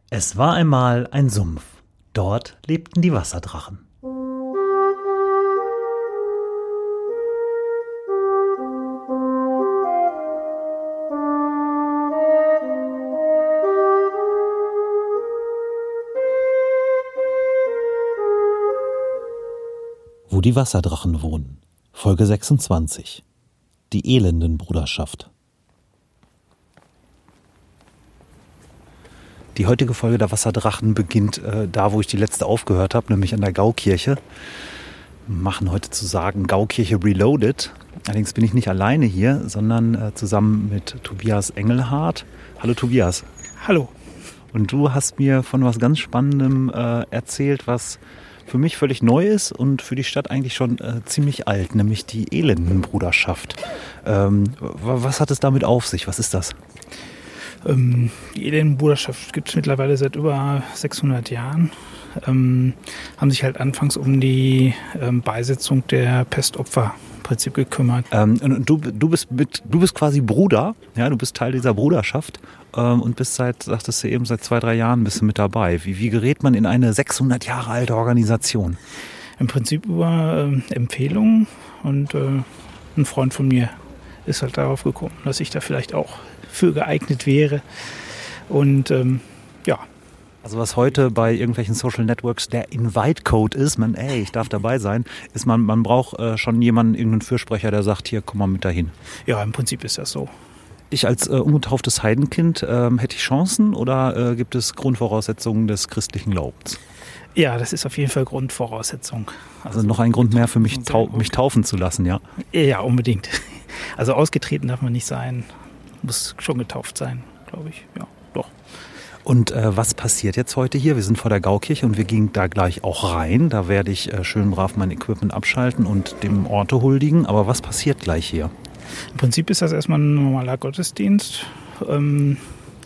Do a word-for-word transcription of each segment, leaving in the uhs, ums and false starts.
Es war einmal ein Sumpf. Dort lebten die Wasserdrachen. Wo die Wasserdrachen wohnen. Folge sechsundzwanzig. Die Elendenbruderschaft. Die heutige Folge der Wasserdrachen beginnt äh, da, wo ich die letzte aufgehört habe, nämlich an der Gaukirche. Wir machen heute zu sagen Gaukirche Reloaded. Allerdings bin ich nicht alleine hier, sondern äh, zusammen mit Tobias Engelhardt. Hallo Tobias. Hallo. Und du hast mir von was ganz Spannendem äh, erzählt, was für mich völlig neu ist und für die Stadt eigentlich schon äh, ziemlich alt, nämlich die Elendenbruderschaft. Ähm, was hat es damit auf sich? Was ist das? Ähm, die Elendenbruderschaft gibt es mittlerweile seit über sechshundert Jahren. Ähm, haben sich halt anfangs um die ähm, Beisetzung der Pestopfer im Prinzip gekümmert. Ähm, und du, du, bist mit, du bist quasi Bruder, ja, du bist Teil dieser Bruderschaft ähm, und bist seit, sagtest du eben, seit zwei, drei Jahren bist du mit dabei. Wie, wie gerät man in eine sechshundert Jahre alte Organisation? Im Prinzip über äh, Empfehlungen und äh, ein Freund von mir ist halt darauf gekommen, dass ich da vielleicht auch für geeignet wäre. Und ähm, ja. Also was heute bei irgendwelchen Social Networks der Invite-Code ist, man, ey, ich darf dabei sein, ist man, man braucht äh, schon jemanden, irgendeinen Fürsprecher, der sagt, hier, komm mal mit dahin. Ja, im Prinzip ist das so. Ich als äh, ungetauftes Heidenkind, ähm, hätte ich Chancen oder äh, gibt es Grundvoraussetzungen des christlichen Glaubens? Ja, das ist auf jeden Fall Grundvoraussetzung. Also, also noch ein Grund mehr für mich, tau- mich taufen zu lassen, ja? Ja, unbedingt. Also ausgetreten darf man nicht sein. Muss schon getauft sein, glaube ich. Ja, doch. Und äh, was passiert jetzt heute hier? Wir sind vor der Gaukirche und wir gehen da gleich auch rein. Da werde ich äh, schön brav mein Equipment abschalten und dem Orte huldigen. Aber was passiert gleich hier? Im Prinzip ist das erstmal ein normaler Gottesdienst. Ähm,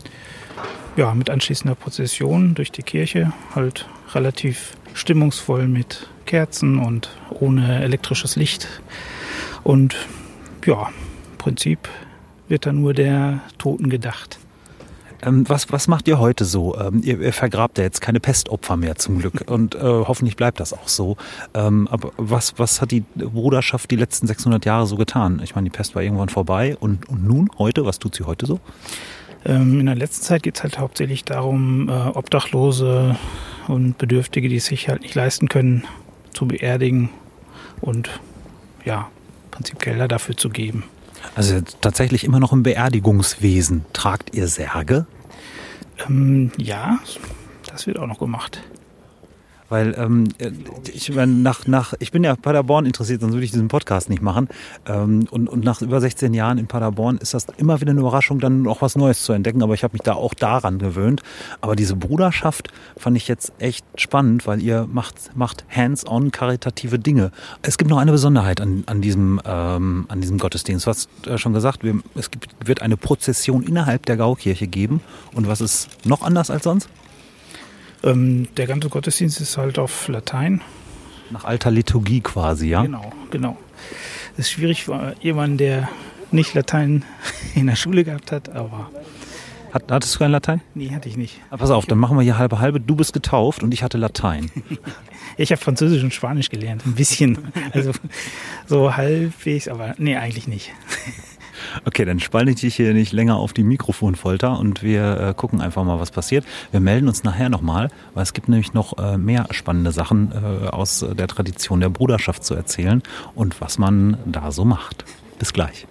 ja, mit anschließender Prozession durch die Kirche. Halt relativ stimmungsvoll mit Kerzen und ohne elektrisches Licht. Und ja, im Prinzip wird da nur der Toten gedacht. Ähm, was, was macht ihr heute so? Ähm, ihr, ihr vergrabt ja jetzt keine Pestopfer mehr zum Glück und äh, hoffentlich bleibt das auch so. Ähm, aber was, was hat die Bruderschaft die letzten sechshundert Jahre so getan? Ich meine, die Pest war irgendwann vorbei und, und nun, heute, was tut sie heute so? Ähm, in der letzten Zeit geht es halt hauptsächlich darum, äh, Obdachlose und Bedürftige, die es sich halt nicht leisten können, zu beerdigen und ja, im Prinzip Gelder dafür zu geben. Also tatsächlich immer noch im Beerdigungswesen. Tragt ihr Särge? Ähm, ja, das wird auch noch gemacht. Weil ähm, ich, nach, nach, ich bin ja Paderborn interessiert, sonst würde ich diesen Podcast nicht machen. Ähm, und, und nach über sechzehn Jahren in Paderborn ist das immer wieder eine Überraschung, dann auch was Neues zu entdecken. Aber ich habe mich da auch daran gewöhnt. Aber diese Bruderschaft fand ich jetzt echt spannend, weil ihr macht, macht hands-on karitative Dinge. Es gibt noch eine Besonderheit an, an, diesem, ähm, an diesem Gottesdienst. Du hast äh, schon gesagt, wir, es gibt, wird eine Prozession innerhalb der Gaukirche geben. Und was ist noch anders als sonst? Ähm, der ganze Gottesdienst ist halt auf Latein. Nach alter Liturgie quasi, ja? Genau, genau. Das ist schwierig für jemanden, der nicht Latein in der Schule gehabt hat, aber... Hat, hattest du kein Latein? Nee, hatte ich nicht. Aber pass auf, dann machen wir hier halbe halbe. Du bist getauft und ich hatte Latein. Ich habe Französisch und Spanisch gelernt, ein bisschen. Also so halbwegs, aber nee, eigentlich nicht. Okay, dann spalte ich dich hier nicht länger auf die Mikrofonfolter und wir äh, gucken einfach mal, was passiert. Wir melden uns nachher nochmal, weil es gibt nämlich noch äh, mehr spannende Sachen äh, aus der Tradition der Bruderschaft zu erzählen und was man da so macht. Bis gleich.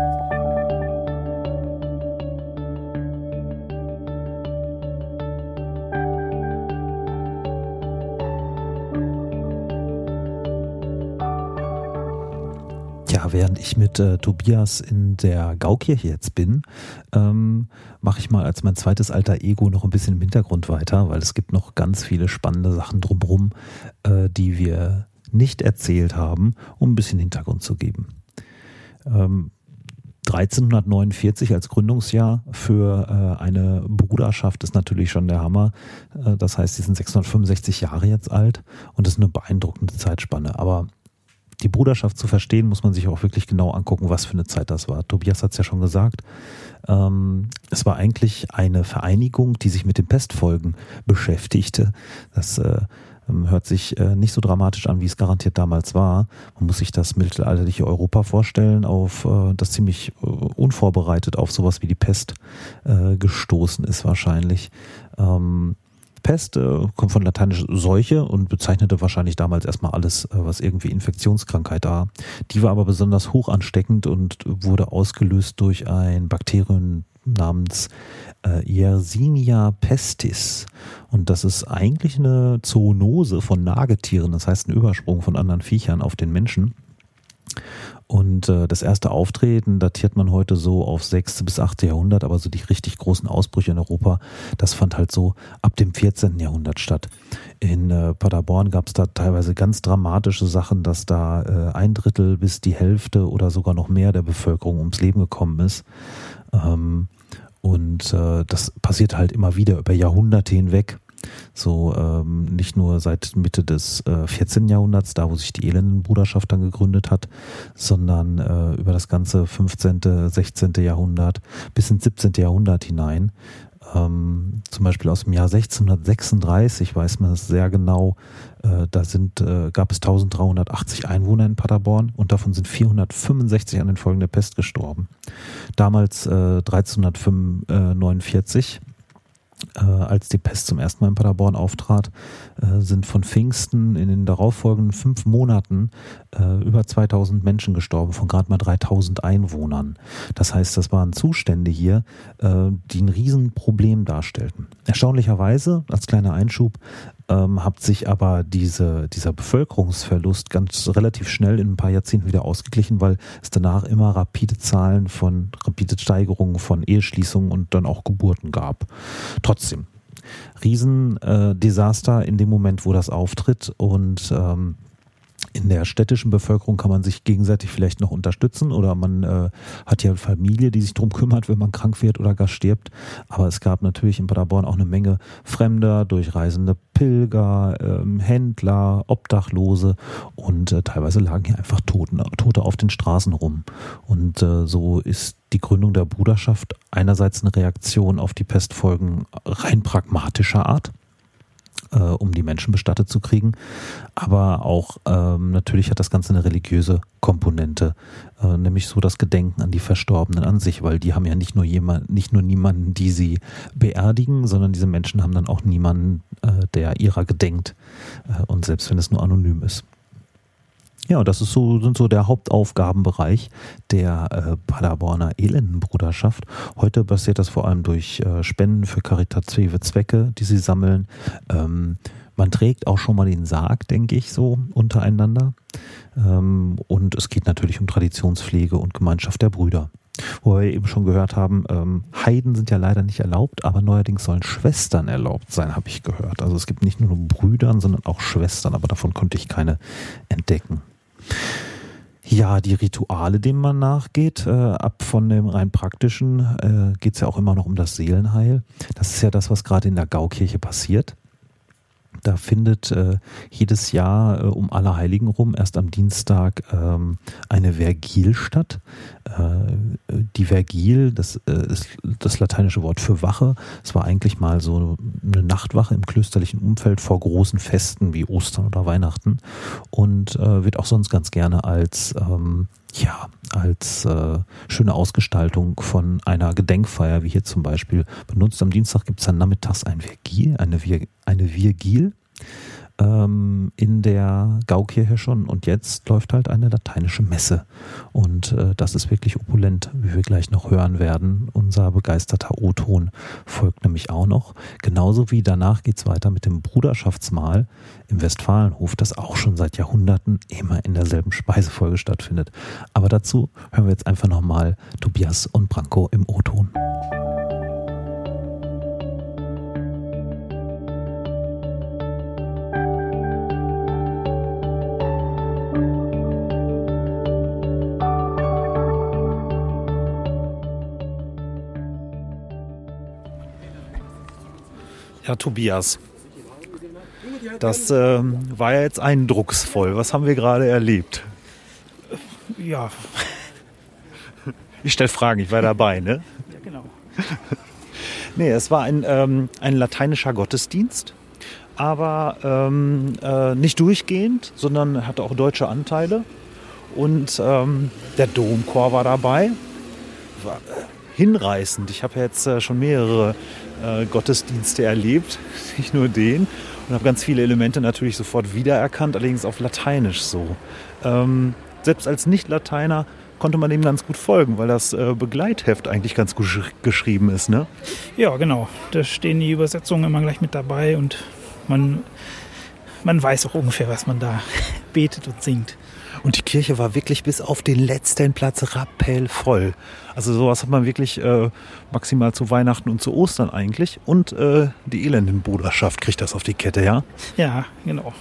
Ja, während ich mit äh, Tobias in der Gaukirche jetzt bin, ähm, mache ich mal als mein zweites alter Ego noch ein bisschen im Hintergrund weiter, weil es gibt noch ganz viele spannende Sachen drumherum, äh, die wir nicht erzählt haben, um ein bisschen Hintergrund zu geben. Ähm, dreizehnhundertneunundvierzig als Gründungsjahr für äh, eine Bruderschaft ist natürlich schon der Hammer. Äh, das heißt, die sind sechshundertfünfundsechzig Jahre jetzt alt und das ist eine beeindruckende Zeitspanne. Aber die Bruderschaft zu verstehen, muss man sich auch wirklich genau angucken, was für eine Zeit das war. Tobias hat es ja schon gesagt. Ähm, es war eigentlich eine Vereinigung, die sich mit den Pestfolgen beschäftigte. Das äh, hört sich äh, nicht so dramatisch an, wie es garantiert damals war. Man muss sich das mittelalterliche Europa vorstellen, auf äh, das ziemlich äh, unvorbereitet auf sowas wie die Pest äh, gestoßen ist wahrscheinlich. Ähm, Pest äh, kommt von lateinisch Seuche und bezeichnete wahrscheinlich damals erstmal alles, äh, was irgendwie Infektionskrankheit war. Die war aber besonders hoch ansteckend und wurde ausgelöst durch ein Bakterium namens äh, Yersinia pestis. Und das ist eigentlich eine Zoonose von Nagetieren, das heißt ein Übersprung von anderen Viechern auf den Menschen. Und äh, das erste Auftreten datiert man heute so auf sechste bis achte Jahrhundert, aber so die richtig großen Ausbrüche in Europa, das fand halt so ab dem vierzehnten Jahrhundert statt. In äh, Paderborn gab es da teilweise ganz dramatische Sachen, dass da äh, ein Drittel bis die Hälfte oder sogar noch mehr der Bevölkerung ums Leben gekommen ist. Ähm, und äh, das passiert halt immer wieder über Jahrhunderte hinweg. So ähm, nicht nur seit Mitte des äh, vierzehnten Jahrhunderts, da wo sich die Elendenbruderschaft dann gegründet hat, sondern äh, über das ganze fünfzehnten, sechzehnten Jahrhundert bis ins siebzehnten Jahrhundert hinein. Ähm, zum Beispiel aus dem Jahr sechzehnhundertsechsunddreißig weiß man es sehr genau, äh, da sind, äh, gab es dreizehnhundertachtzig Einwohner in Paderborn und davon sind vierhundertfünfundsechzig an den Folgen der Pest gestorben. Damals äh, dreizehnhundertneunundvierzig Äh, als die Pest zum ersten Mal in Paderborn auftrat, äh, sind von Pfingsten in den darauffolgenden fünf Monaten äh, über zweitausend Menschen gestorben, von gerade mal dreitausend Einwohnern. Das heißt, das waren Zustände hier, äh, die ein Riesenproblem darstellten. Erstaunlicherweise, als kleiner Einschub, ähm, hat sich aber diese, dieser Bevölkerungsverlust ganz relativ schnell in ein paar Jahrzehnten wieder ausgeglichen, weil es danach immer rapide Zahlen von, rapide Steigerungen von Eheschließungen und dann auch Geburten gab. Trotzdem, Riesendesaster äh, in dem Moment, wo das auftritt, und ähm, in der städtischen Bevölkerung kann man sich gegenseitig vielleicht noch unterstützen oder man äh, hat ja Familie, die sich drum kümmert, wenn man krank wird oder gar stirbt. Aber es gab natürlich in Paderborn auch eine Menge Fremder, durchreisende Pilger, ähm, Händler, Obdachlose und äh, teilweise lagen hier einfach Toten, Tote auf den Straßen rum. Und äh, so ist die Gründung der Bruderschaft einerseits eine Reaktion auf die Pestfolgen rein pragmatischer Art, um die Menschen bestattet zu kriegen. Aber auch ähm, natürlich hat das Ganze eine religiöse Komponente, äh, nämlich so das Gedenken an die Verstorbenen an sich, weil die haben ja nicht nur jemand, nicht nur niemanden, die sie beerdigen, sondern diese Menschen haben dann auch niemanden, äh, der ihrer gedenkt. Äh, und selbst wenn es nur anonym ist. Ja, das ist so, sind so der Hauptaufgabenbereich der äh, Paderborner Elendenbruderschaft. Heute passiert das vor allem durch äh, Spenden für karitative Zwecke, die sie sammeln. Ähm, man trägt auch schon mal den Sarg, denke ich, so untereinander. Ähm, und es geht natürlich um Traditionspflege und Gemeinschaft der Brüder. Wo wir eben schon gehört haben, ähm, Heiden sind ja leider nicht erlaubt, aber neuerdings sollen Schwestern erlaubt sein, habe ich gehört. Also es gibt nicht nur Brüdern, sondern auch Schwestern, aber davon konnte ich keine entdecken. Ja, die Rituale, denen man nachgeht, äh, ab von dem rein praktischen, äh, geht es ja auch immer noch um das Seelenheil. Das ist ja das, was gerade in der Gaukirche passiert. Da findet äh, jedes Jahr äh, um Allerheiligen rum, erst am Dienstag, ähm, eine Vergil statt. Äh, die Vergil, das äh, ist das lateinische Wort für Wache. Es war eigentlich mal so eine Nachtwache im klösterlichen Umfeld vor großen Festen wie Ostern oder Weihnachten und äh, wird auch sonst ganz gerne als ähm, ja, als äh, schöne Ausgestaltung von einer Gedenkfeier, wie hier zum Beispiel, benutzt. Am Dienstag gibt es dann nachmittags ein Vergil, eine, Vir, eine Virgil ähm, in der Gaukirche schon. Und jetzt läuft halt eine lateinische Messe. Und äh, das ist wirklich opulent, wie wir gleich noch hören werden. Unser begeisterter O-Ton folgt nämlich auch noch. Genauso wie danach geht es weiter mit dem Bruderschaftsmahl im Westfalenhof, das auch schon seit Jahrhunderten immer in derselben Speisefolge stattfindet. Aber dazu hören wir jetzt einfach nochmal Tobias und Branko im O-Ton. Ja, Tobias, das äh, war ja jetzt eindrucksvoll. Was haben wir gerade erlebt? Ja. Ich stelle Fragen, ich war dabei, ne? Ja, genau. Nee, es war ein, ähm, ein lateinischer Gottesdienst, aber ähm, äh, nicht durchgehend, sondern hatte auch deutsche Anteile. Und ähm, der Domchor war dabei. War äh, hinreißend. Ich habe ja jetzt äh, schon mehrere äh, Gottesdienste erlebt, nicht nur den. Und habe ganz viele Elemente natürlich sofort wiedererkannt, allerdings auf Lateinisch so. Ähm, selbst als Nicht-Lateiner konnte man dem ganz gut folgen, weil das äh, Begleitheft eigentlich ganz gut sch- geschrieben ist, ne? Ja, genau. Da stehen die Übersetzungen immer gleich mit dabei und man, man weiß auch ungefähr, was man da betet und singt. Und die Kirche war wirklich bis auf den letzten Platz rappelvoll. Also sowas hat man wirklich äh, maximal zu Weihnachten und zu Ostern eigentlich. Und äh, die Elendenbruderschaft kriegt das auf die Kette, ja? Ja, genau.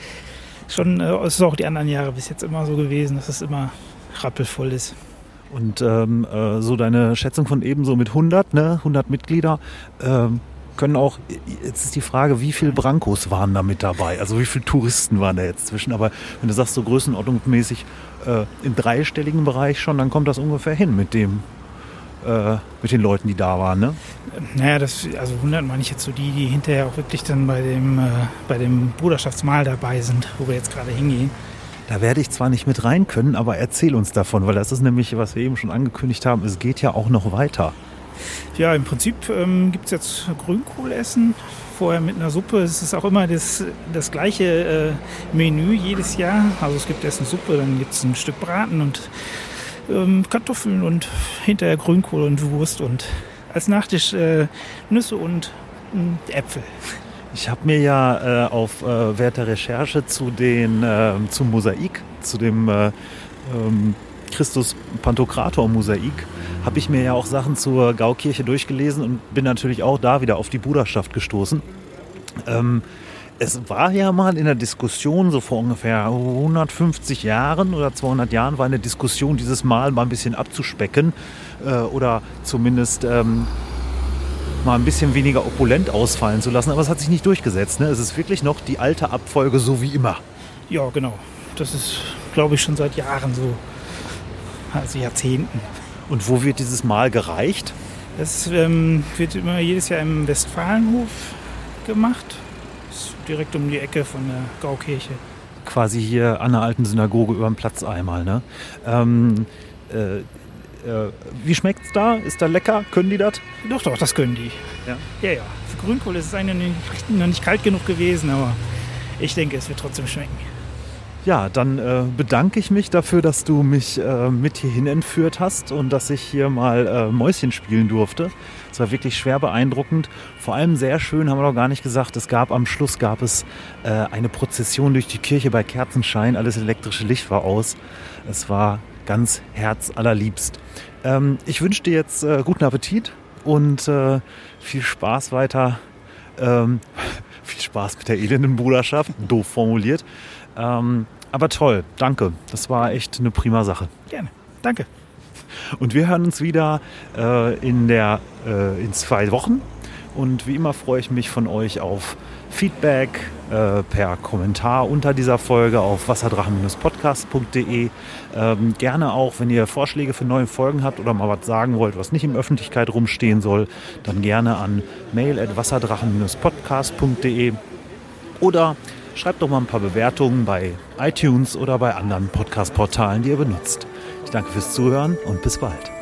Schon, äh, es ist auch die anderen Jahre bis jetzt immer so gewesen, dass es immer rappelvoll ist. Und ähm, äh, so deine Schätzung von eben so mit hundert, ne, hundert Mitglieder, ähm, können auch, jetzt ist die Frage, wie viele Brancos waren da mit dabei? Also wie viele Touristen waren da jetzt zwischen? Aber wenn du sagst, so größenordnungsmäßig äh, im dreistelligen Bereich schon, dann kommt das ungefähr hin mit dem, äh, mit den Leuten, die da waren, ne? Naja, das, also hundert meine ich jetzt so die, die hinterher auch wirklich dann bei dem, äh, bei dem Bruderschaftsmahl dabei sind, wo wir jetzt gerade hingehen. Da werde ich zwar nicht mit rein können, aber erzähl uns davon, weil das ist nämlich, was wir eben schon angekündigt haben, es geht ja auch noch weiter. Ja, im Prinzip ähm, gibt es jetzt Grünkohlessen, vorher mit einer Suppe. Es ist auch immer das, das gleiche äh, Menü jedes Jahr. Also es gibt erst eine Suppe, dann gibt es ein Stück Braten und ähm, Kartoffeln und hinterher Grünkohl und Wurst und als Nachtisch äh, Nüsse und äh, Äpfel. Ich habe mir ja äh, auf äh, Wert der Recherche zu den, äh, zum Mosaik, zu dem äh, ähm, Christus Pantokrator Mosaik, habe ich mir ja auch Sachen zur Gaukirche durchgelesen und bin natürlich auch da wieder auf die Bruderschaft gestoßen. Ähm, es war ja mal in der Diskussion, so vor ungefähr hundertfünfzig Jahren oder zweihundert Jahren, war eine Diskussion, dieses Mal mal ein bisschen abzuspecken äh, oder zumindest ähm, mal ein bisschen weniger opulent ausfallen zu lassen. Aber es hat sich nicht durchgesetzt. Ne? Es ist wirklich noch die alte Abfolge, so wie immer. Ja, genau. Das ist, glaube ich, schon seit Jahren so. Also Jahrzehnten. Und wo wird dieses Mal gereicht? Das ähm, wird immer jedes Jahr im Westfalenhof gemacht. Das ist direkt um die Ecke von der Gaukirche. Quasi hier an der alten Synagoge über den Platz einmal. Ne? Ähm, äh, äh, wie schmeckt's da? Ist da lecker? Können die das? Doch, doch, das können die. Ja, ja. ja. Für Grünkohl ist es eigentlich noch nicht kalt genug gewesen, aber ich denke, es wird trotzdem schmecken. Ja, dann äh, bedanke ich mich dafür, dass du mich äh, mit hierhin entführt hast und dass ich hier mal äh, Mäuschen spielen durfte. Es war wirklich schwer beeindruckend. Vor allem sehr schön, haben wir noch gar nicht gesagt, es gab am Schluss gab es äh, eine Prozession durch die Kirche bei Kerzenschein. Alles elektrische Licht war aus. Es war ganz herzallerliebst. Ähm, ich wünsche dir jetzt äh, guten Appetit und äh, viel Spaß weiter. Ähm, viel Spaß mit der Elendenbruderschaft, doof formuliert. Ähm, aber toll, danke. Das war echt eine prima Sache. Gerne, danke. Und wir hören uns wieder äh, in, der, äh, in zwei Wochen. Und wie immer freue ich mich von euch auf Feedback äh, per Kommentar unter dieser Folge auf wasserdrachen podcast punkt de. Ähm, gerne auch, wenn ihr Vorschläge für neue Folgen habt oder mal was sagen wollt, was nicht in der Öffentlichkeit rumstehen soll, dann gerne an mail at wasserdrachen podcast punkt de oder schreibt doch mal ein paar Bewertungen bei iTunes oder bei anderen Podcast-Portalen, die ihr benutzt. Ich danke fürs Zuhören und bis bald.